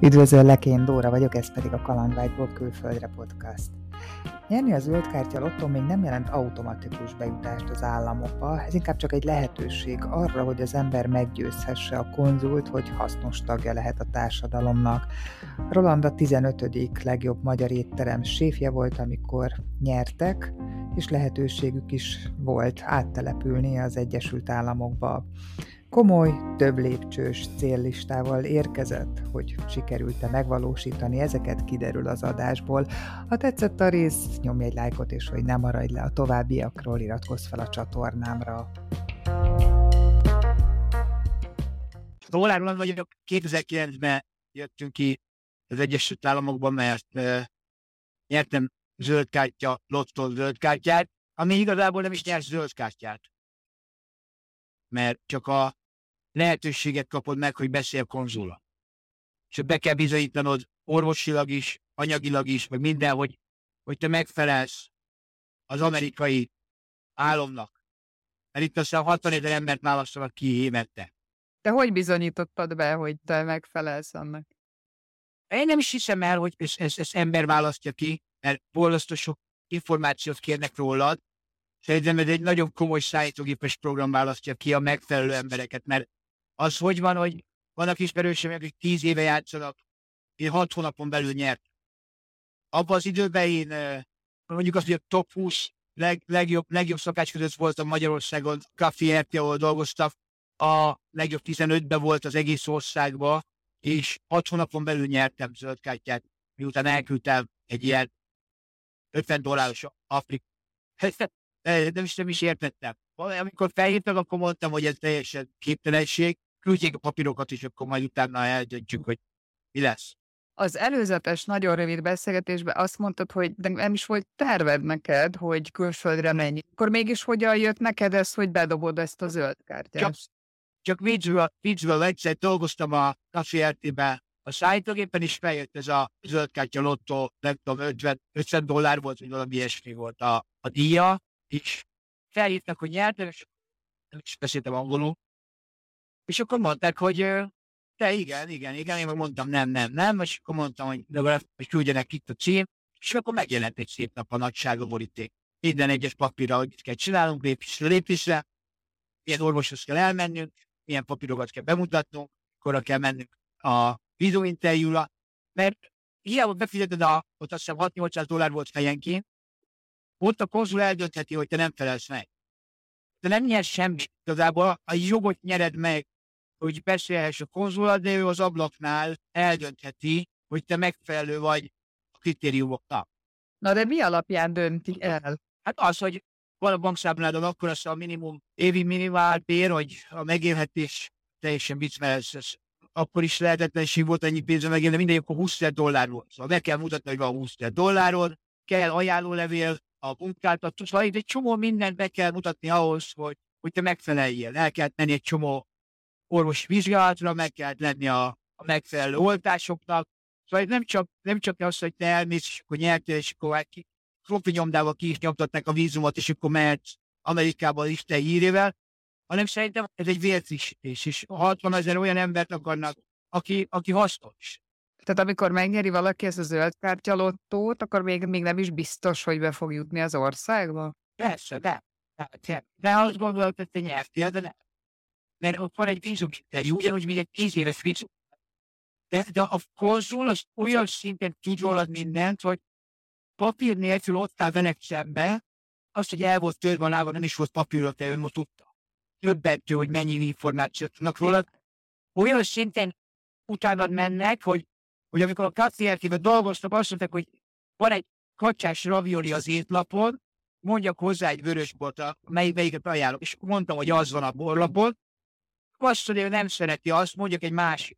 Üdvözöllek, én Dóra vagyok, ez pedig a Kalandvágyból Külföldre podcast. Nyerni a zöld kártya lottó még nem jelent automatikus bejutást az államokba, ez inkább csak egy lehetőség arra, hogy az ember meggyőzhesse a konzult, hogy hasznos tagja lehet a társadalomnak. Roland a 15. legjobb magyar étterem séfje volt, amikor nyertek, és lehetőségük is volt áttelepülni az Egyesült Államokba. Komoly, több lépcsős céllistával érkezett, hogy sikerült-e megvalósítani, ezeket kiderül az adásból. Ha tetszett a rész, nyomj egy lájkot, és hogy ne maradj le a továbbiakról, iratkozz fel a csatornámra. Roland vagyok, 2009-ben jöttünk ki az Egyesült Államokban, mert nyertem zöld kártya, lottó zöld kártyát, ami igazából nem is nyert zöld kártyát. Mert csak a lehetőséget kapod meg, hogy beszélj a konzullal. És be kell bizonyítanod orvosilag is, anyagilag is, meg minden, hogy te megfelelsz az amerikai államnak. Mert itt aztán 60 000 embert választanak ki évente. De hogy bizonyítottad be, hogy te megfelelsz annak? Én nem is hiszem el, hogy ezt ember választja ki, mert borzasztó sok információt kérnek rólad. Szerintem ez egy nagyon komoly számítógépes program választja ki a megfelelő embereket, mert az hogy van, hogy vannak ismerőseim, akik 10 éve játszanak, én 6 hónapon belül nyert. Abban az időben én mondjuk azt, hogy a top 20 legjobb szakács között voltam Magyarországon, Café RT, ahol dolgoztam, a legjobb 15-ben volt az egész országban, és 6 hónapon belül nyertem zöld kártyát, miután elküldtem egy ilyen $50 Afrika. Nem is értettem. Amikor felhívtak, akkor mondtam, hogy ez teljesen képtelenség, küldjék a papírokat, és akkor majd utána eldöntjük, hogy mi lesz. Az előzetes, nagyon rövid beszélgetésben azt mondtad, hogy nem is volt terved neked, hogy külföldre menj. Akkor mégis hogyan jött neked ez, hogy bedobod ezt a zöld kártyát? Csak viccből egyszer dolgoztam a Café RT-ben, a szállítógépen is feljött ez a zöld kártya lottó, nem tudom, $50 volt, vagy valami ilyesmi volt a díja, és felhívtak, hogy nyertem, és nem is beszéltem angolul. És akkor mondták, hogy te igen, én meg mondtam nem, és akkor mondtam, hogy hogy küldjenek itt a cím, és akkor megjelent egy szép nap a nagysága boríték. Minden egyes papírra, hogy kell csinálunk lépésre, milyen orvoshoz kell elmennünk, milyen papírokat kell bemutatnunk, akkor kell mennünk a videóinterjúra, mert hiába befizeted ott azt hiszem $600-800 volt fejenként, ott a konzul eldöntheti, hogy te nem felelsz meg. De nem nyersz semmit. Igazából a jogot nyered meg, hogy beszélhess a konzulat, de ő az ablaknál eldöntheti, hogy te megfelelő vagy a kritériumoknak. Na de mi alapján dönti el? Hát az, hogy van a bankszámládon akkor az a évi minimálbér, hogy a megélhetés teljesen vicc, mert ez akkor is lehetetlenség volt ennyi pénzre megélni, mindegy, akkor $20,000 volt. Szóval meg kell mutatni, hogy van $20,000, kell ajánlólevél, a munkáltató, szóval egy csomó mindent be kell mutatni ahhoz, hogy te megfeleljél. El kell menni egy csomó orvosi vizsgálatra, meg kell lenni a megfelelő oltásoknak. Szóval nem csak az, hogy te elmész, és akkor nyertél, és akkor profi nyomdával ki is nyomtatnak a vízumot, és akkor mehetsz Amerikába a listei hírével, hanem szerintem ez egy vérfrissítés, és 60 000 olyan embert akarnak, aki hasznos. Tehát amikor megnyeri valaki ezt a zöld kártya lottót, akkor még nem is biztos, hogy be fog jutni az országba? Persze, de azt gondolod, hogy te nyertél, de nem. Mert ott van egy vízuminterjú, ugyanúgy, mint egy 10 éves vízum. De a konzul az olyan szinten tud rólad mindent, hogy papír nélkül ott áll veled szembe, azt, hogy el volt törve a lába, nem is volt papírra, te ön most tudta. Többentő, hogy mennyi információt tudnak rólad. Olyan szinten utánad mennek, hogy amikor a Café RT-ben dolgoztam, azt mondták, hogy van egy kacsás ravioli az étlapon, mondjak hozzá egy vörösbort, melyiket ajánlok, és mondtam, hogy az van a borlapon, azt mondja, hogy nem szereti azt, mondjak egy másik.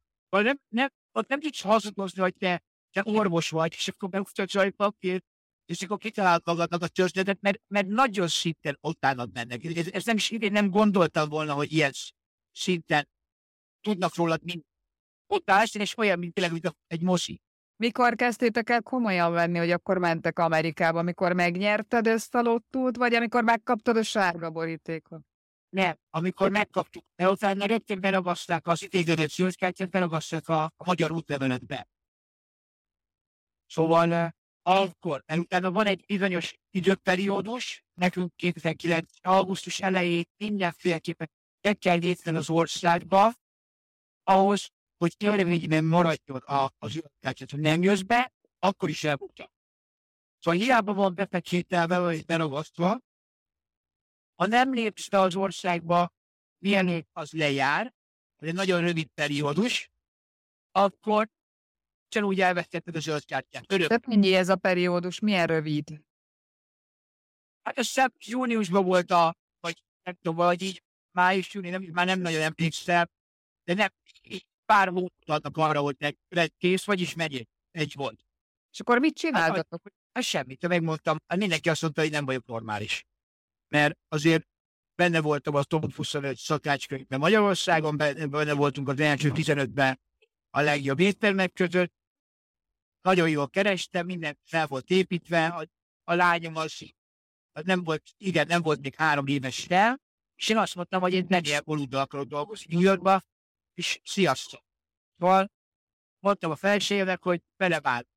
Ott nem tudsz hazudnozni, hogy te orvos vagy, és akkor bemutatsz egy papírt, és akkor kitalálod magadnak a történetet, mert nagyon szinten utánad mennek. Ez nem is, én nem gondoltam volna, hogy ilyen szinten tudnak rólad mind ott állsz, és olyan, mint tényleg, mint egy mosi. Mikor kezdtétek el komolyan venni, hogy akkor mentek Amerikába? Amikor megnyerted ezt a lottót, vagy amikor megkaptad a sárga borítékot? Nem, amikor megkaptuk, mert utána rögtön beragaszták az idéglenet zöld kártyát, beragaszták a magyar útleveletbe. Szóval akkor, utána van egy bizonyos időperiódus, nekünk 2009. augusztus elején mindenféleképpen el kell lépni az országba, ahhoz, hogy törvényben maradjon az ülőkártyát. Ha nem jössz be, akkor is elbukta. Szóval hiába van befeksételve, vagy beragasztva, ha nem lépsz be az országba, mielőtt az lejár, vagy egy nagyon rövid periódus, akkor úgy elvesztetted a zöld kártyát. Tehát mennyi ez a periódus? Milyen rövid? Hát ez júniusban volt vagy nem tudom, vagy így május-júni, már nem nagyon emlékszem, de nem, pár hónapot adnak arra, hogy kész, vagyis megyék. Egy volt. És akkor mit csináltatok? Hát semmit, megmondtam, mindenki azt mondta, hogy nem vagyok normális. Mert azért benne voltam a Top 25 szakácskönyvben Magyarországon, benne voltunk az első 15-ben a legjobb éttermek között. Nagyon jól kerestem, minden fel volt építve, a lányom az nem volt még 3 éves sem, és én azt mondtam, hogy én nem ilyen bolúddal akarok dolgozni New Yorkba, és sziasztok. Szóval mondtam a feleségemnek, hogy beleválunk.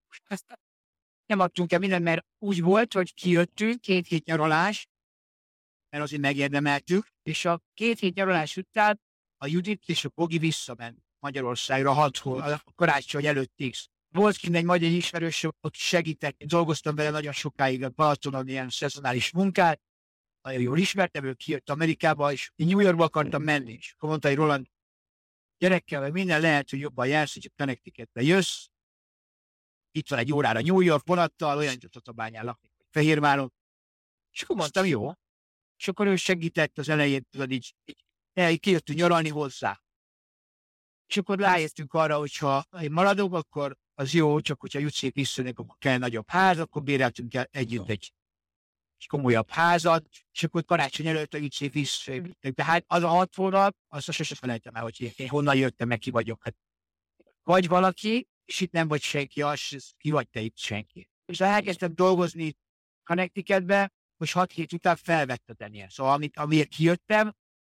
Nem adtunk el mindent, mert úgy volt, hogy kijöttünk 2 hét nyaralás, mert azért megérdemeltük, és a 2 hét nyaralás után a Judit és a Bogi visszament Magyarországra 6 hónap, a karácsony előtt 10. Volt kint egy magyar ismerős, aki segített, dolgoztam vele nagyon sokáig a Balatonon ilyen szezonális munkát, nagyon jól ismertem, ő kijött Amerikába, és én New Yorkba akartam menni, és akkor mondta, hogy Roland, gyerekkel, mert minden lehet, hogy jobban jársz, hogy a Connecticutbe jössz, itt van egy órára New York vonattal, olyan, hogy a Tatabányán lakni, vagy Fehérváron, és akkor mondtam, jó. És akkor ő segített az elején, tudod, így kijöttünk nyaralni hozzá. És akkor rájöttünk arra, hogy ha én maradok, akkor az jó, csak hogyha jutsz szép visszanek, akkor kell nagyobb ház, akkor béreltünk el együtt egy komolyabb házat, és akkor karácsony előtt a jutszép visszaépítek. Tehát az a 6 hónap, azt sosem felejtem el, hogy én honnan jöttem, meg ki vagyok. Hát, vagy valaki, és itt nem vagy senki, az ki vagy te itt senki. És elkezdtem dolgozni Connecticutbe, most 6 hét után felvett a Daniel. Szóval amiért kijöttem,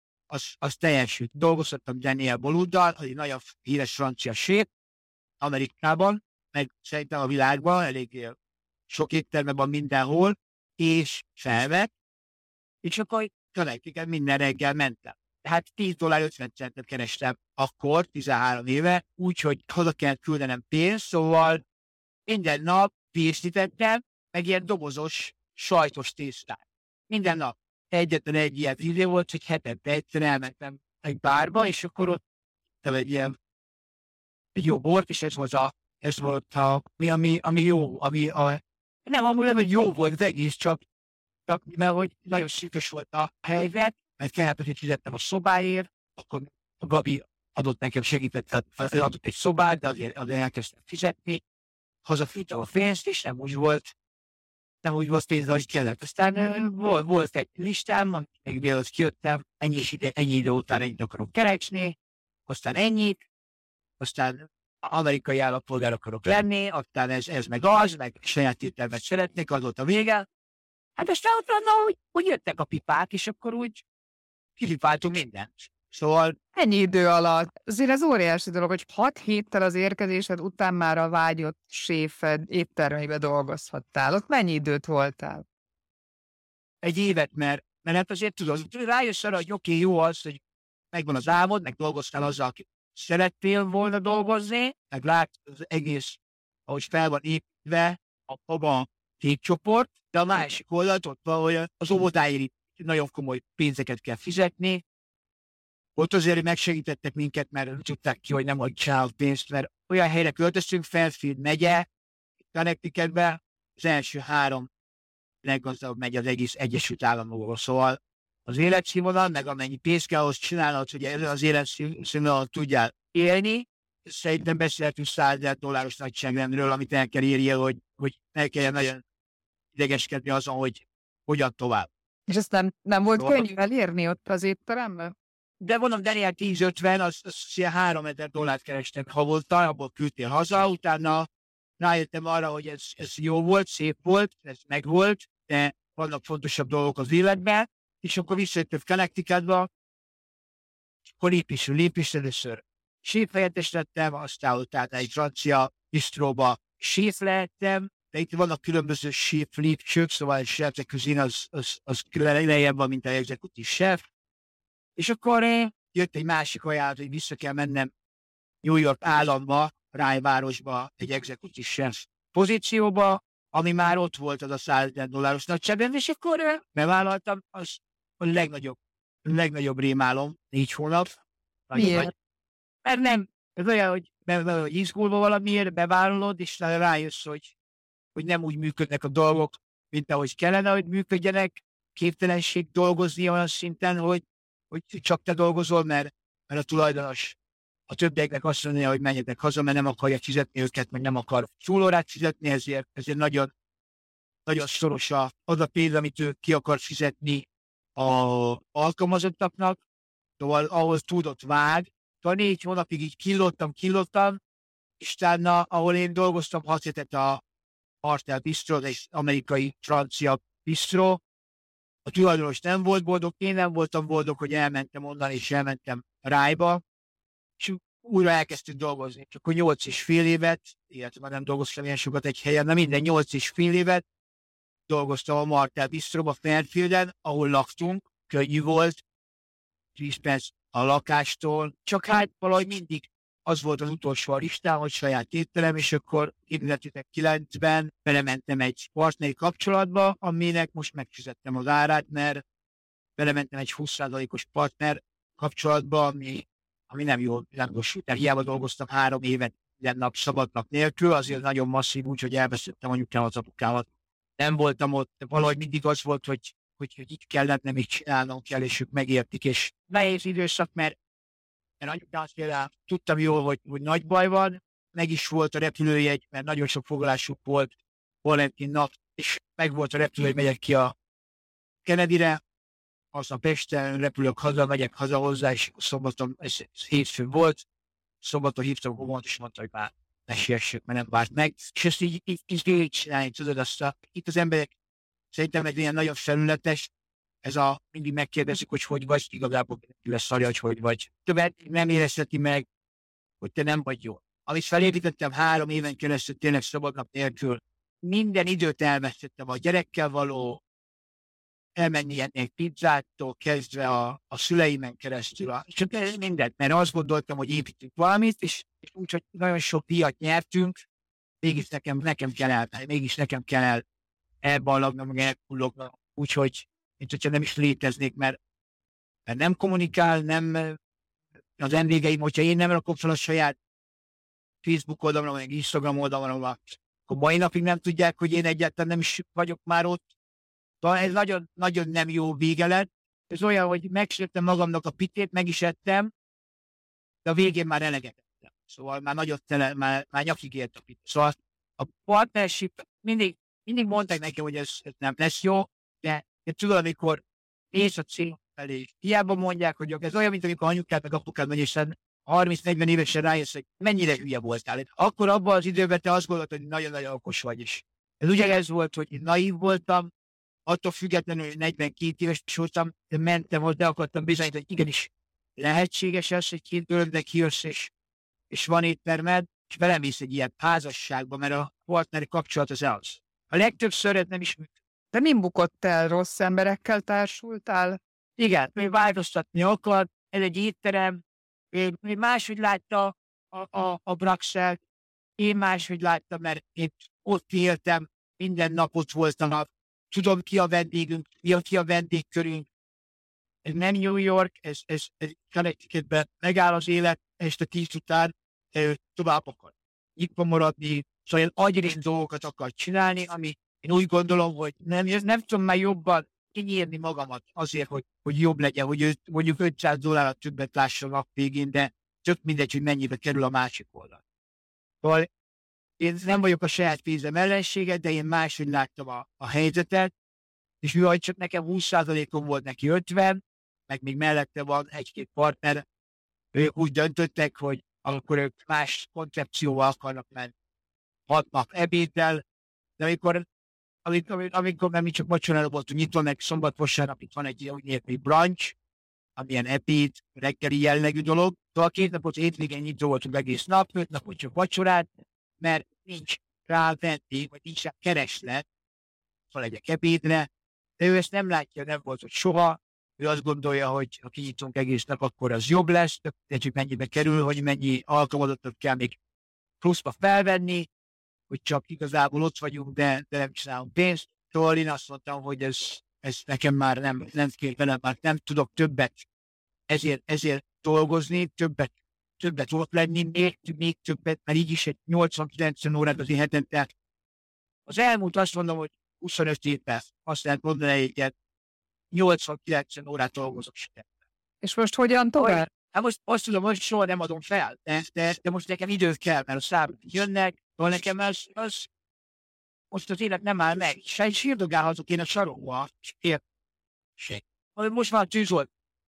az teljesült. Dolgoztattam Daniel Bolúddal, egy nagyon híres francia séf Amerikában, meg szerintem a világban, elég sok éttermben van mindenhol, és felvett, és akkor Connecticut minden reggel mentem. Tehát $10.50 kerestem akkor, 13 éve, úgyhogy haza kellett küldenem pénzt, szóval minden nap készítettem, meg ilyen dobozos, sajtos tésztát. Minden nap. Egyetlen egy ilyen idő volt, hogy hetente egyszer elmentem egy bárba, és akkor ott egy ilyen jó bort, és ez volt ami jó, nem, amúgy nem, hogy jó volt az egész, csak mert hogy nagyon szűkös volt a helyzet, mert kellett, hogy fizettem a szobáért, akkor a Gabi adott nekem segített, adott egy szobát, de azért elkezdtem fizetni, hazafűztem a pénzt, és nem úgy volt pénz, ahogy kellett. Aztán volt egy listám, még mielőtt kijöttem, ennyi idő után ennyit akarok keresni, aztán ennyit, aztán amerikai állampolgár akarok lenni, aztán ez meg az, meg saját ételmet szeretnék, az volt a vége. Hát aztán utána úgy jöttek a pipák, és akkor úgy kipipáltunk mindent. Szóval ennyi idő alatt. Azért ez óriási dolog, hogy 6 héttel az érkezésed után már a vágyott séfed éttermeibe dolgozhattál. Ott mennyi időt voltál? Egy évet, mert hát azért tudod, rájössz arra, hogy oké, jó az, hogy megvan az álmod, meg dolgoztál azzal, aki szerettél volna dolgozni, meg látsz az egész, ahogy fel van építve a cégcsoport, de a másik oldalt ott van, hogy az óvodáért nagyon komoly pénzeket kell fizetni. Ott azért megsegítettek minket, mert tudták ki, hogy nem adják pénzt, mert olyan helyre költöztünk, Fairfield megye, Connecticutbe, az első 3 leggazdagabb megye az egész Egyesült Államokból. Szóval az életszínvonal, meg amennyi pénzt kell ahhoz csinálnod, hogy ezzel az életszínvonalon tudjál élni, szerintem beszélhetünk $100,000 nagyságrendről, amit el kell érje, hogy el kelljen nagyon idegeskedni azon, hogy hogyan tovább. És ezt nem volt könnyű elérni ott az étteremben? De mondom, Daniel 10-50, az ilyen $3,000 kerestem havonta, abból küldtél haza, utána rájöttem arra, hogy ez jó volt, szép volt, ez megvolt, de vannak fontosabb dolgok az életben, és akkor visszajöttem Connecticutba, akkor lépésről először séfhelyettes lettem, aztán utána egy francia bistróba séf lehettem, de itt vannak különböző séf lépcsők, szóval a chef de cuisine az külön lejjebb van, mint a executive chef. És akkor jött egy másik ajánlat, hogy vissza kell mennem New York államba, Rájvárosba, egy executive chef pozícióba, ami már ott volt az a $100,000 nagyságrend, és akkor bevállaltam, az a legnagyobb rémálom, 4 hónap. Miért? Mert nem, ez olyan, hogy izgulva valamiért bevállalod, és rájössz, hogy nem úgy működnek a dolgok, mint ahogy kellene, hogy működjenek, képtelenség dolgozni olyan szinten, hogy csak te dolgozol, mert a tulajdonos a többieknek azt mondja, hogy menjetek haza, mert nem akarja fizetni őket, meg nem akar túlórát fizetni, ezért nagyon, nagyon szoros az a pénz, amit ő ki akar fizetni az alkalmazottaknak, szóval ahhoz tudott vág. Szóval 4 hónapig így killottam, és utána, ahol én dolgoztam 6 hetet a Martel Bistro, egy amerikai francia bistro, a tulajdonos nem volt boldog, én nem voltam boldog, hogy elmentem onnan, és elmentem Rájba, és újra elkezdtünk dolgozni. Csak akkor 8,5 évet, illetve már nem dolgoztam ilyen sokat egy helyen, de minden 8,5 évet dolgoztam a Martel Bistroba Fairfielden, ahol laktunk, könnyű volt, 10 perc a lakástól, csak hát valahogy mindig az volt az utolsó a listán, hogy saját étterem, és akkor 2009-ben belementem egy partneri kapcsolatba, aminek most megfizettem az árát, mert belementem egy 20%-os partner kapcsolatba, ami nem jó, nem most, hiába dolgoztam 3 évet minden nap szabadnap nélkül, azért nagyon masszív, úgyhogy elbeszéltem anyukámat, az apukámat. Nem voltam ott, de valahogy mindig az volt, hogy így kellett, nem így csinálnom kell, és ők megértik, és nehéz időszak, mert anyukám például tudtam jól, hogy nagy baj van, meg is volt a repülőjegy, mert nagyon sok foglalásuk volt Valentin nap, és meg volt a repülő, hogy megyek ki a Kennedyre, aznap este repülök haza, megyek haza hozzá, és szombaton, ez hétfőn volt, szombaton hívtam a gomomat, és mondta, hogy már ne siessük, mert nem várt meg. És ezt így végigcsinálni, tudod, itt az emberek szerintem egy ilyen nagyon felületes, mindig megkérdezik, hogy vagy, igazából lesz szarja, hogy vagy. Többet nem érezheti meg, hogy te nem vagy jó. Amit felépítettem 3 éven keresztül tényleg szabadnap nélkül, minden időt elvesztettem a gyerekkel való, elmenni ennél pizzától kezdve a szüleimen keresztül, csak mindent, mert azt gondoltam, hogy építünk valamit, és úgy, hogy nagyon sok díjat nyertünk, mégis nekem kell elballagnom, meg elkullognom, úgyhogy mint hogyha nem is léteznék, mert nem kommunikál, nem az vendégeim, hogyha én nem rakom fel a saját Facebook oldalra, meg Instagram oldalra, akkor mai napig nem tudják, hogy én egyáltalán nem is vagyok már ott. Szóval ez nagyon, nagyon nem jó vége lett. Ez olyan, hogy megsértem magamnak a pitét, meg is ettem, de a végén már eleget ettem. Szóval már nyakig ért a pit. Szóval a partnership mindig mondták nekem, hogy ez nem lesz jó, de tudod, amikor mész a cél felé, hiába mondják, hogy ez olyan, mint amikor anyukád meg apukád megy, és 30-40 évesen rájössz, hogy mennyire hülye voltál. Akkor abban az időben te azt gondolod, hogy nagyon-nagyon okos vagy is. Ez ugyanez volt, hogy én naív voltam, attól függetlenül, hogy 42 éves voltam, de mentem ott, de akartam bizonyítani, hogy igenis lehetséges az, hogy 2 dögnek jössz, és van éttermed, és belemész egy ilyen házasságba, mert a partneri kapcsolat az. A legtöbbször nem is működik. De mi bukott el? Rossz emberekkel társultál? Igen, még változtatni akar, ez egy étterem, még máshogy látta a Braxelt, én máshogy láttam, mert én ott éltem, minden nap ott voltam, tudom ki a vendégünk, ki a vendégkörünk. Ez nem New York, ez Connecticutben megáll az élet, este 10 után tovább akar nyitva maradni, szóval agyrészt dolgokat akar csinálni, ami én úgy gondolom, hogy nem tudom már jobban kinyírni magamat azért, hogy jobb legyen, hogy mondjuk $500 többet lásson a nap végén, de tök mindegy, hogy mennyibe kerül a másik oldal. Szóval én nem vagyok a saját pénzem ellensége, de én máshogy láttam a helyzetet, és mivel csak nekem 20%-om volt, neki 50, meg még mellette van 1-2 partner, ők úgy döntöttek, hogy akkor ők más koncepcióval akarnak menni. 6 nap ebéddel, de amikor nem mi csak vacsorára voltunk nyitva, meg szombat-vasárnap itt van egy úgynevezett brunch, amilyen ebéd, reggeli jellegű dolog. Szóval 2 napot hétvégén nyitva voltunk egész nap, 5 napot csak vacsorát, mert nincs rávenni, vagy nincs rá kereslet, ha legyek ebédre, de ő ezt nem látja, nem volt ott soha. Ő azt gondolja, hogy ha kinyitunk egész nap, akkor az jobb lesz, csak mennyibe kerül, hogy mennyi alkalmazottat kell még pluszba felvenni, hogy csak igazából ott vagyunk, de nem csinálunk pénzt. Szóval én azt mondtam, hogy ez nekem már nem kér velem, már nem tudok többet ezért dolgozni, többet ott lenni, még többet, mert így is egy 80-90 órát azért hetente. Az elmúlt azt mondom, hogy 25 évben azt lehet mondani, hogy 80-90 órát dolgozok sikerben. És most hogyan tovább? Hát most azt tudom, hogy soha nem adom fel, de most nekem időt kell, mert a számok jönnek, nekem az most az élet nem áll meg. És sírdogálhatok én a sarokba, most már tűzolt.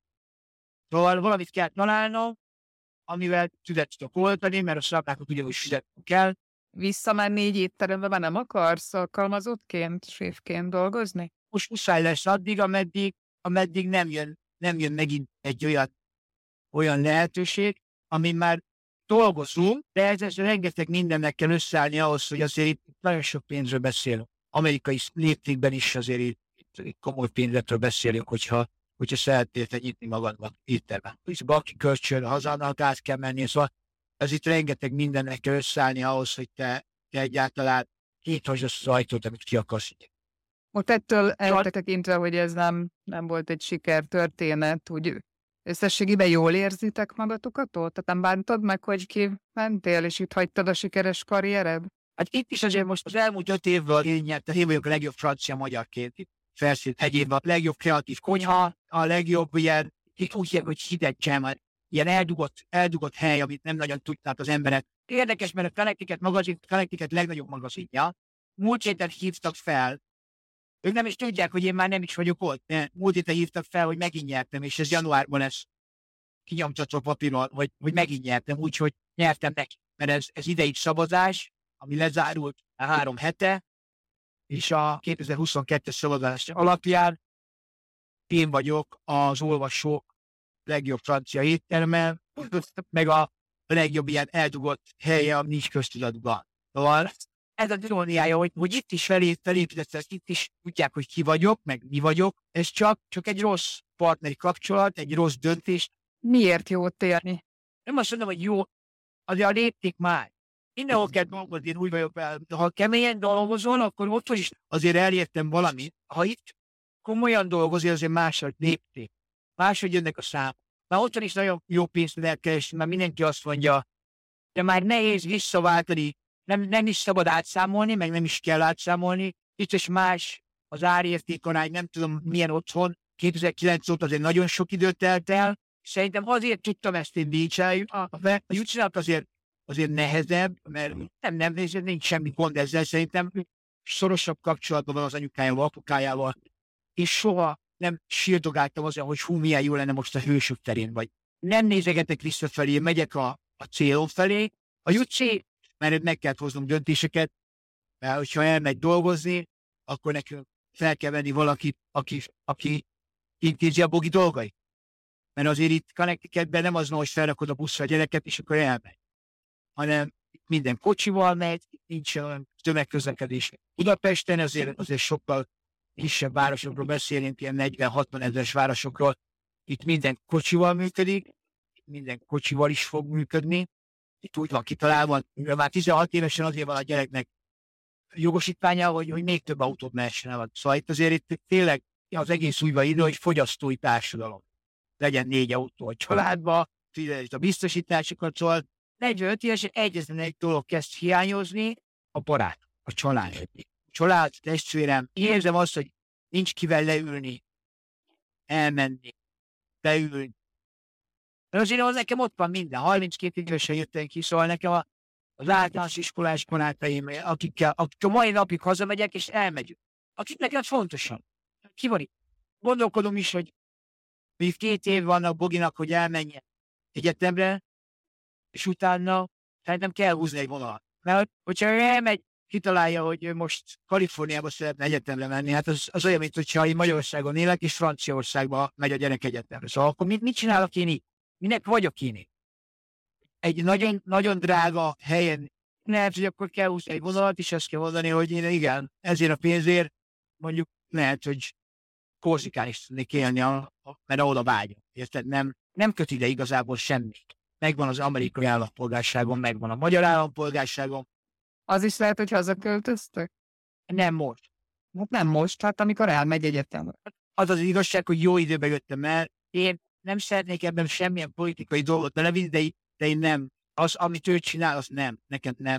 Szóval valamit kell találnom, amivel tüzet tudok oltani, mert a számlákat ugyanúgy fizetni kell. Visszamenni így étterembe, nem akarsz alkalmazottként, séfként dolgozni? Most muszáj lesz addig, ameddig nem jön megint egy olyan lehetőség, amin már dolgozunk, de ez rengeteg mindennek kell összeállni ahhoz, hogy azért itt nagyon sok pénzről beszélünk. Amerikai léptékben is azért itt komoly pénzről beszélünk, hogyha szeretnél nyitni magadnak étterben. És baki kölcsön, hazának át kell menni, szóval ez itt rengeteg mindennek kell összeállni ahhoz, hogy te egyáltalán nyithasd azt az ajtót, amit ki akarsz. Most ettől eltekintve, hogy ez nem volt egy sikertörténet, úgy összességében jól érzitek magatokat ott? Tehát nem bántad meg, hogy kimentél, és itt hagytad a sikeres karriered? Hát itt is azért most az elmúlt 5 évből én nyertem, én vagyok a legjobb francia magyarként. Felszínt hegyében a legjobb kreatív konyha, a legjobb ilyen, úgy hívják, hogy hideg csemet, ilyen eldugott hely, amit nem nagyon tudták az emberek. Érdekes, mert a Connecticut legnagyobb magazinja. Múlt héten hívtak fel, ők nem is tudják, hogy én már nem is vagyok ott. De múlt héten hívtak fel, hogy megint nyertem, és ez januárban lesz kinyomtatva papíron, hogy megint nyertem, úgyhogy nyertem neki. Mert ez idei szavazás, ami lezárult 3 hete, és a 2022-es szavazás alapján én vagyok az olvasók legjobb francia étterme, meg a legjobb ilyen eldugott helye, ami nincs köztudatban. Szóval ez a iróniája, hogy itt is felépítettek, itt is tudják, hogy ki vagyok, meg mi vagyok. Ez csak egy rossz partneri kapcsolat, egy rossz döntés. Miért jó ott érni? Nem azt mondom, hogy jó, azért a lépték már. Mindenhol kell dolgozni, én úgy vagyok vele. Ha keményen dolgozol, akkor ott is azért elértem valamit. Ha itt komolyan dolgozol, azért máshogy lépték. Máshogy jönnek a számok. Már otthon is nagyon jó pénzt lehet keresni, mert mindenki azt mondja, de már nehéz visszaváltani, nem is szabad átszámolni, meg nem is kell átszámolni. Itt is más az árértékarány, nem tudom milyen otthon. 2009 óta azért nagyon sok időt telt el. Szerintem azért tudtam ezt én díjcsállni. A jutcsinak azért nehezebb, mert nem nincs semmi gond ezzel. Szerintem szorosabb kapcsolatban van az anyukájával, apukájával, és soha nem sírdogáltam azért, hogy hú, milyen jó lenne most a hősök terén vagy. Nem nézegetek visszafelé, megyek a célom felé. A jutcsi, mert meg kell hoznom döntéseket, mert hogyha elmegy dolgozni, akkor nekünk fel kell venni valakit, aki intézi a bogi dolgai. Mert azért itt Connecticutben nem az, hogy felrakod a buszra a gyereket, és akkor elmegy. Hanem minden kocsival megy, nincs olyan tömegközlekedés. Budapesten azért sokkal kisebb városokról beszélünk, ilyen 40-60 ezeres városokról. Itt minden kocsival működik, minden kocsival is fog működni. Itt úgy van kitalálva, mivel már 16 évesen azért van a gyereknek jogosítványa, hogy még több autót mehessen el. Szóval itt tényleg az egész úgy van ide, hogy fogyasztói társadalom. Legyen 4 autó a családba, a biztosításokat, szóval 45 évesen egyetlen egy dolog kezd hiányozni, a barát, a család. Család, testvérem, érzem azt, hogy nincs kivel leülni, elmenni, beülni. Azért az nekem ott van minden. 32 évesen jöttem ki, szóval nekem az általános iskolás barátaim, akikkel a mai napig hazamegyek, és elmegyünk. Akik nekem fontosan. Ki van itt? Gondolkodom is, hogy még 2 év van a Boginak, hogy elmenjen egyetemre, és utána szerintem kell húzni egy vonalat. Mert hogyha ő elmegy, kitalálja, hogy ő most Kaliforniába szeretne egyetemre menni, hát az olyan, mint hogyha én Magyarországon élek, és Franciaországba megy a gyerek egyetemre. Szóval akkor mit csinálok én itt? Minek vagyok én itt? Egy nagyon, nagyon drága helyen lehet, hogy akkor kell húzni egy vonalat, és azt kell mondani, hogy én igen, ezért a pénzért mondjuk lehet, hogy Korzikán is tudnék élni, mert oda vágyom. Érted? Nem köt ide igazából semmit. Megvan az amerikai állampolgárságom, megvan a magyar állampolgárságom. Az is lehet, hogy hazaköltöztök? Nem most. Hát nem most, hát amikor elmegy egyetemre. Az az igazság, hogy jó időben jöttem el. Én nem szeretnék ebben semmilyen politikai dolgot belevinni, de én nem. Az, amit ő csinál, az nem. Nekem nem.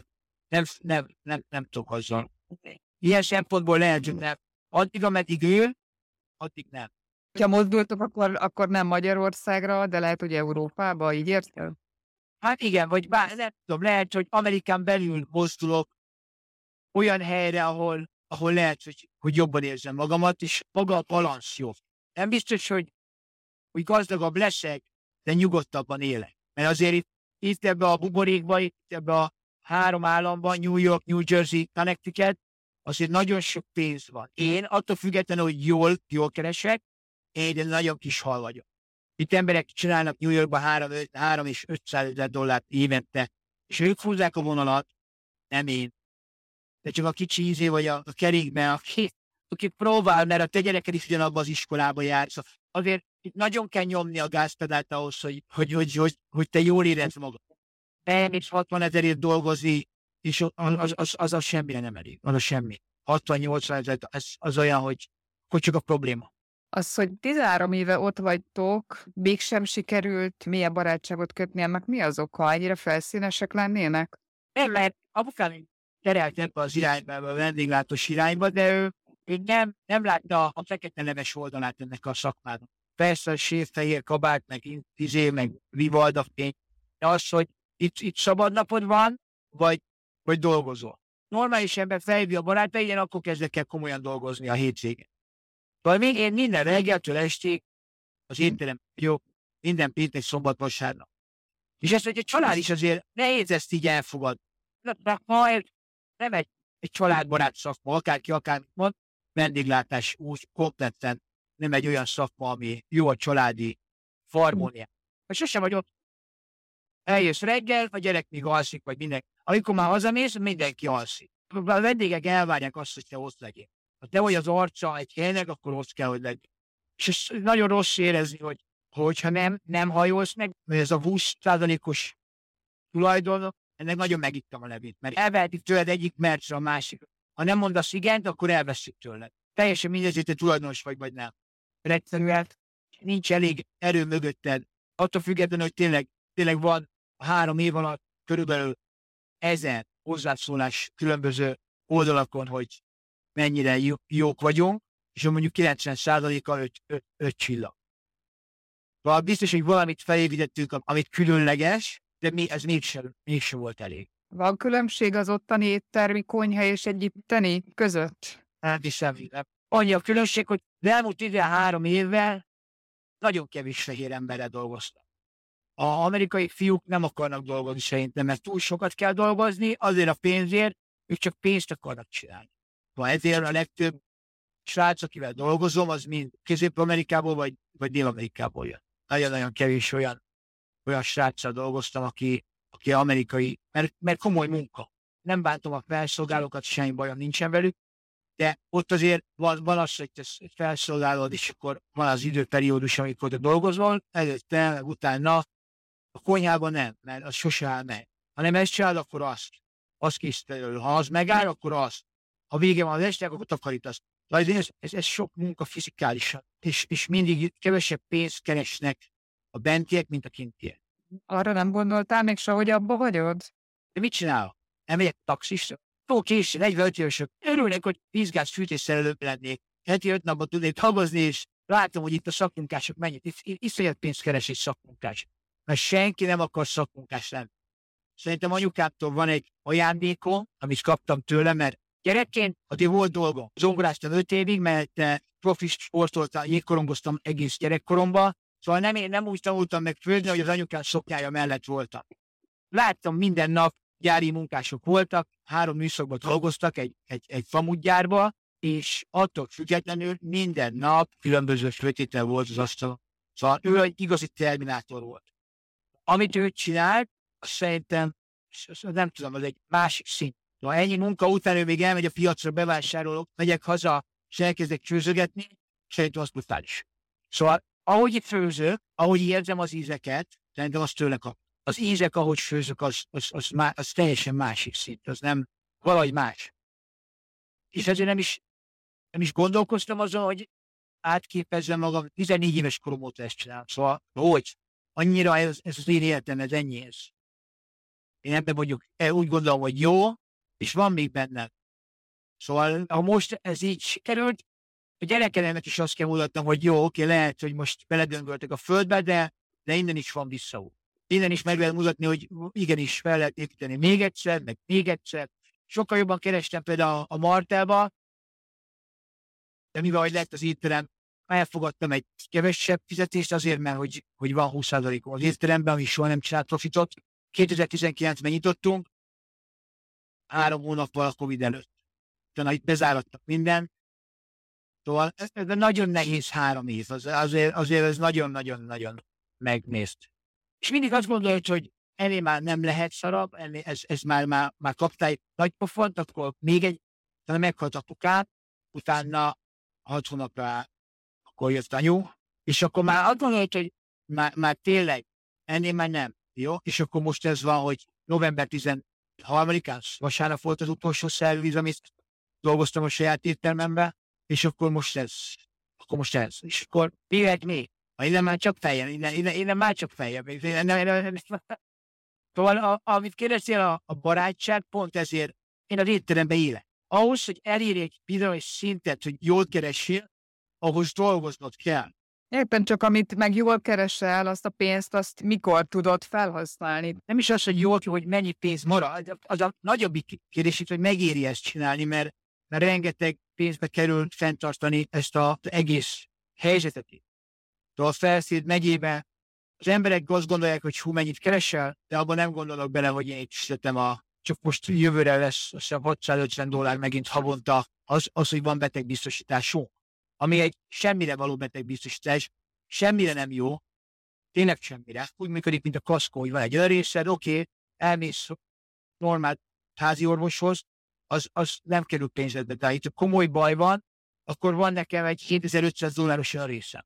Nem tudok azzal. Ilyen szempontból lehet, hogy nem. Addig, ameddig ő, addig nem. Ha mozdultok, akkor nem Magyarországra, de lehet, hogy Európába, így érted? Hát igen, vagy bár nem tudom, lehet, hogy Amerikán belül mozdulok olyan helyre, ahol lehet, hogy jobban érzem magamat, és maga a balansz jobb. Nem biztos, hogy gazdagabb leszek, de nyugodtabban élek. Mert azért itt ebbe a buborékban, itt ebbe a 3 államban, New York, New Jersey, Connecticut, azért nagyon sok pénz van. Én attól függetlenül, hogy jól keresek, én nagyon kis hal vagyok. Itt emberek csinálnak New Yorkban 3 és 500 000 dollárt évente, és ők húzzák a vonalat, nem én. De csak a kicsi ízé vagy a kerékben, aki próbál, mert a te gyereked is ugyanabban az iskolába jár. Szóval azért itt nagyon kell nyomni a gázpedált ahhoz, hogy te jól érezd magad. És 60 000 dolgozni, és az semmire nem elég. Az a semmi. 60-80 000, az olyan, hogy csak a probléma. Az, hogy 13 éve ott vagytok, mégsem sikerült mélyebb barátságot kötni, ennek mi az oka? Ennyire felszínesek lennének? Nem, mert apukám terelt ebbe az irányba, ebbe a vendéglátós irányba, de ő nem látta a fekete neves oldalát ennek a szakmának. Persze a séfehér kabát, meg Vivalda fény, de az, hogy itt szabad napod van, vagy dolgozol. Normális ember felhívja a barátai, én akkor kezdek el komolyan dolgozni a hétvégén. Vagy még én minden reggeltől estig az étterem jó, minden péntek, szombat, vasárnap. És ezt, hogy a család is azért nehéz ezt így elfogad. Ha nem egy családbarát szakma, akárki akármit mond, vendéglátás úgy kompletten nem egy olyan szakma, ami jó a családi harmónia. Vagy sosem vagy ott. Eljössz reggel, a gyerek még alszik, vagy mindenki. Amikor már hazamész, mindenki alszik. A vendégek elvárják azt, hogy te ott legyél. Ha te vagy az arca egy helynek, akkor ott kell, hogy legyél. És ez nagyon rossz érezni, hogyha nem hajolsz meg, mert ez a 20%-os tulajdon, ennek nagyon megittam a levét, mert elvehetik tőled egyik percre a másik. Ha nem mondasz igent, akkor elveszik tőled. Teljesen mindegy, hogy te tulajdonos vagy nem. Egyszerűen nincs elég erő mögötted. Attól függetlenül, hogy tényleg van 3 év alatt körülbelül 1000 hozzászólás különböző oldalakon, hogy mennyire jók vagyunk, és mondjuk 90%-a 5 csillag. Szóval biztos, hogy valamit felépítettünk, amit különleges, de ez mégsem volt elég. Van különbség az ottani éttermi konyha és egy itteni között? Nem hiszem. Annyi a különbség, hogy az elmúlt 13 évvel nagyon kevés fehér emberrel dolgoztam. Az amerikai fiúk nem akarnak dolgozni szerintem, mert túl sokat kell dolgozni, azért a pénzért, ők csak pénzt akarnak csinálni. Ezért a legtöbb srác, akivel dolgozom, az mind Közép-Amerikából vagy Dél-Amerikából jön. Nagyon-nagyon kevés olyan sráccal dolgoztam, aki amerikai, mert komoly munka. Nem bántom a felszolgálókat, semmi bajom nincsen velük, de ott azért van az, hogy te felszolgálod, és akkor van az időperiódus, amikor te dolgozol, előtte, meg utána, a konyhában nem, mert az sose áll meg. Ha nem ezt csinálod, akkor azt készít elő. Ha az megáll, akkor azt. Ha vége van az estek, akkor takarítasz. Ez sok munka fizikálisan, és mindig kevesebb pénzt keresnek a bentiek, mint a kintiek. Arra nem gondoltál még soha, hogy abba vagyod? De mit csinálok? Elmegyek taxisra? Későn, 45 évesök. Örülnek, hogy vízgáz fűtésszerelőbb lennék. Heti 5 napot tudnék dolgozni, és látom, hogy itt a szakmunkások mennyit. Iszonyat pénzt keres egy szakmunkás. Mert senki nem akar szakmunkás lenni. Szerintem anyukámtól van egy ajándékom, amit kaptam tőle, mert gyerekként addig volt dolgom. Zongoráztam 5 évig, mert profi sportoltam, jégkorongoztam egész gyerekkoromban, szóval nem úgy tanultam meg főzni, hogy az anyukám szoknyája mellett voltam. Láttam minden nap, gyári munkások voltak, 3 műszakban dolgoztak egy famutgyárba, és attól függetlenül minden nap különböző főtétel volt az asztalon. Szóval ő egy igazi terminátor volt. Amit ő csinált, azt szerintem nem tudom, az egy másik szint. Ha ennyi munka után ő még elmegy a piacra, bevásárolok, megyek haza, és elkezdek főzögetni, szerintem az brutális. Szóval, ahogy itt főzök, ahogy érzem az ízeket, szerintem azt tőle kap. Az ízek, ahogy főzök, az teljesen másik szint, az nem valahogy más. És ezért nem is gondolkoztam azon, hogy átképezzem magam, 14 éves korom óta ezt csinálom. Szóval, hogy annyira ez az én életem, ez ennyi ez. Én ebben vagyok, úgy gondolom, hogy jó, és van még benne. Szóval, ha most ez így sikerült, a gyerekemnek is azt kell mutatnom, hogy jó, oké, lehet, hogy most beledöngöltek a földbe, de innen is van visszaút. Innen is meg lehet mutatni, hogy igenis fel lehet építeni még egyszer, meg még egyszer. Sokkal jobban kerestem például a Martelba, de mivel hogy lett az étterem, elfogadtam egy kevesebb fizetést azért, mert hogy van 20%-om az étteremben, ami soha nem csinált profitot. 2019-ben nyitottunk, 3 hónappal a Covid előtt. Utána itt bezárattak minden. Szóval ez nagyon nehéz 3 év, azért ez nagyon-nagyon-nagyon megnézt. És mindig azt gondolod, hogy ennél már nem lehet szarabb, ez már kaptál egy nagy pofont, akkor még egy, utána meghalt apukát, utána 6 hónapra akkor jött anyu, és akkor már azt gondolod, hogy már tényleg ennél már nem, jó? És akkor most ez van, hogy november 13-án, vasárnap volt az utolsó szerviz, amit dolgoztam a saját éttermemben, és akkor most ez. És akkor jöhet még. Innen már csak feljebb, innen már csak feljebb. Szóval, amit kérdeztél, a barátság, pont ezért én az étteremben élek. Ahhoz, hogy elérj egy bizonyos szintet, hogy jól keressél, ahhoz dolgoznod kell. Éppen csak amit meg jól keresel, azt a pénzt, azt mikor tudod felhasználni. Nem is az, hogy jól, hogy mennyi pénz marad. Az a nagyobbik kérdés itt, hogy megéri ezt csinálni, mert rengeteg pénzbe kerül fenntartani ezt az egész helyzetet. A Felszíd megyében az emberek azt gondolják, hogy hú, mennyit keresel, de abban nem gondolok bele, hogy én itt fizetem csak most jövőre lesz $650 megint havonta, az, hogy van betegbiztosításunk. Ami egy semmire való betegbiztosítás, semmire nem jó, tényleg semmire. Úgy működik, mint a kaszkó, hogy van egy olyan részed, oké, elmész normál házi orvoshoz, az nem kerül pénzedbe, de itt komoly baj van, akkor van nekem egy $7500 olyan részem.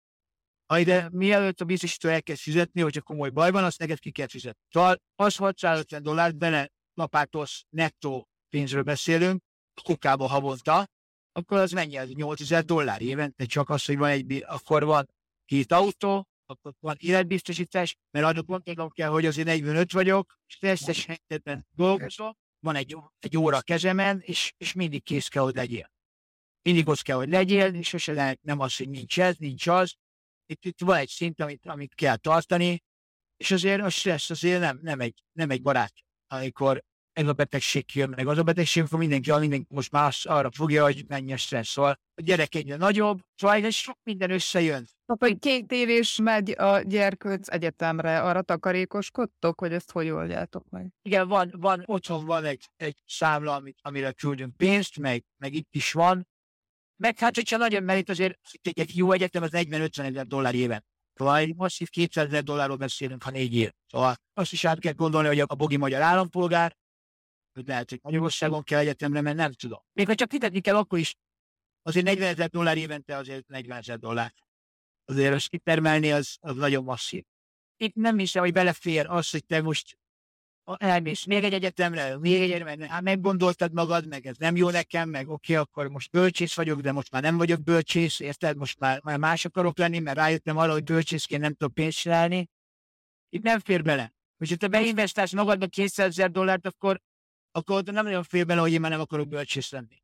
De mielőtt a biztosító elkezd fizetni, hogyha komoly baj van, azt neked ki kell fizetni. Szóval az $650 bele lapátolsz, nettó pénzről beszélünk, a kukába havonta, akkor az mennyi? Az $8000 évente, csak az, hogy akkor van 2 autó, akkor van életbiztosítás, mert adok mondom kell, hogy azért 45 vagyok, és összes helyzetben dolgozom, van egy óra a kezemen, és mindig kész kell, hogy legyél. Mindig ott kell, hogy legyél, és sose lehet, nem az, hogy nincs ez, nincs az. Itt van egy szint, amit kell tartani, és azért a stressz azért nem egy barát, amikor ez a betegség jön meg. Az a betegség, amikor mindenki most már arra fogja, hogy mennyi a stressz. Szóval a gyerek egyre nagyobb, szóval ez sok minden összejön. Hogy 2 évés megy a gyerkőc egyetemre, arra takarékoskodtok, hogy ezt hogy oldjátok meg? Igen, otthon van egy számla, amire küldünk pénzt, meg itt is van. Meg hát, hogyha nagyon merít, azért egy jó egyetem az $40-50 éven. Szóval egy masszív $200,000 beszélünk, ha 4 év. Szóval azt is át kell gondolni, hogy a bogi magyar állampolgár, hogy lehet, hogy Magyarországon kell egyetemre, mert nem tudom. Még ha csak fizetni kell, akkor is azért $40,000 évente azért $40,000. Azért azt kitermelni, az nagyon masszív. Itt nem hiszem, hogy belefér az, hogy te most elmész még egy egyetemre, meggondoltad magad, meg ez nem jó nekem, meg oké, akkor most bölcsész vagyok, de most már nem vagyok bölcsész, érted? Most már más akarok lenni, mert rájöttem arra, hogy bölcsészként nem tudok pénzt csinálni. Itt nem fér bele. Hogyha te beinvestálsz magadba $200,000, akkor nem nagyon fér bele, hogy én már nem akarok bölcsész lenni.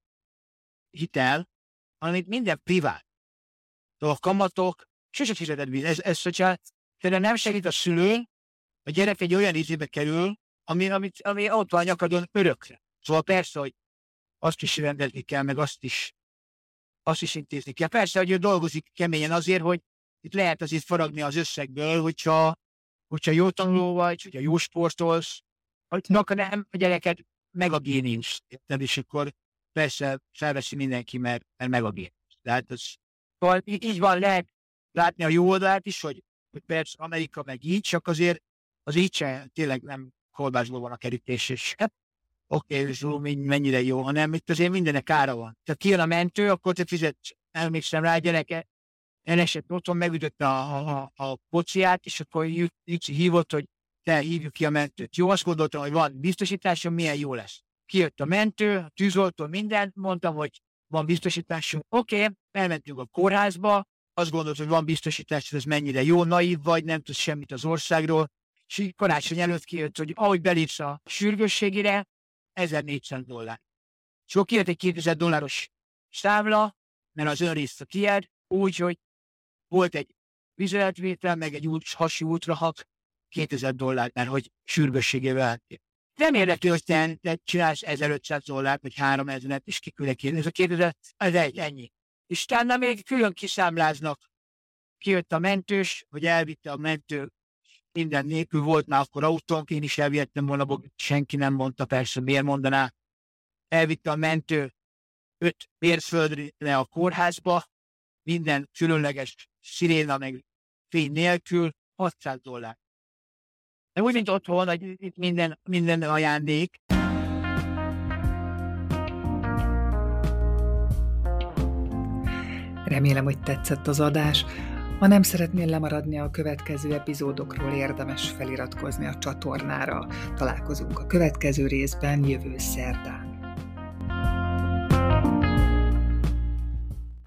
Hitel, hanem itt minden privát. A kamatok, sose fizeted vissza. Hogyha nem segít a szülő, a gyerek egy olyan izébe kerül, ami ott van a nyakadon örökre. Szóval persze, hogy azt is rendezni kell, meg azt is intézni kell. Persze, hogy ő dolgozik keményen azért, hogy itt lehet azért faragni az összegből, hogyha jó tanuló vagy, hogyha jó sportolsz, akkor nem a gyereket meg a génincs, és akkor persze felveszi mindenki, mert meg a génincs. Tehát szóval így van, lehet látni a jó oldalát is, hogy persze Amerika meg így, csak azért az így sem tényleg nem kolbászból van a kerítés, és oké, mennyire jó, hanem itt azért mindenek ára van. Tehát kijön a mentő, akkor te fizetsz, emlékszem rá, gyereke, elesett otthon, megütötte a kocsiát, és akkor hívott, hogy te hívjuk ki a mentőt. Jó, azt gondoltam, hogy van biztosításom, milyen jó lesz. Kijött a mentő, a tűzoltó, minden, mondtam, hogy van biztosításunk. Oké, elmentünk a kórházba, azt gondolt, hogy van biztosítás, ez mennyire jó, naív vagy, nem tudsz semmit az országról. És karácsony előtt kijött, hogy ahogy belépsz a sürgősségére, $1400. És akkor kijött egy $2000 számla, mert az önrészt a tiéd, úgyhogy volt egy vizeletvétel, meg egy hasi ultrahak, $2000, mert hogy sürgősségével. Nem érdekli, hogy te csinálsz $1500 vagy $3000, és kiküldek ki. Ez a 2000, ez ennyi. És utána még külön kiszámláznak. Kijött a mentős, hogy elvitte a mentő, minden nélkül volt már akkor autónk, én is elvihettem volna, senki nem mondta, persze, miért mondaná. Elvitte a mentő 5 mérföldre a kórházba, minden különleges sziréna meg fény nélkül, $600. De úgy, mint otthon, hogy itt minden ajándék. Remélem, hogy tetszett az adás. Ha nem szeretnél lemaradni a következő epizódokról, érdemes feliratkozni a csatornára. Találkozunk a következő részben jövő szerdán.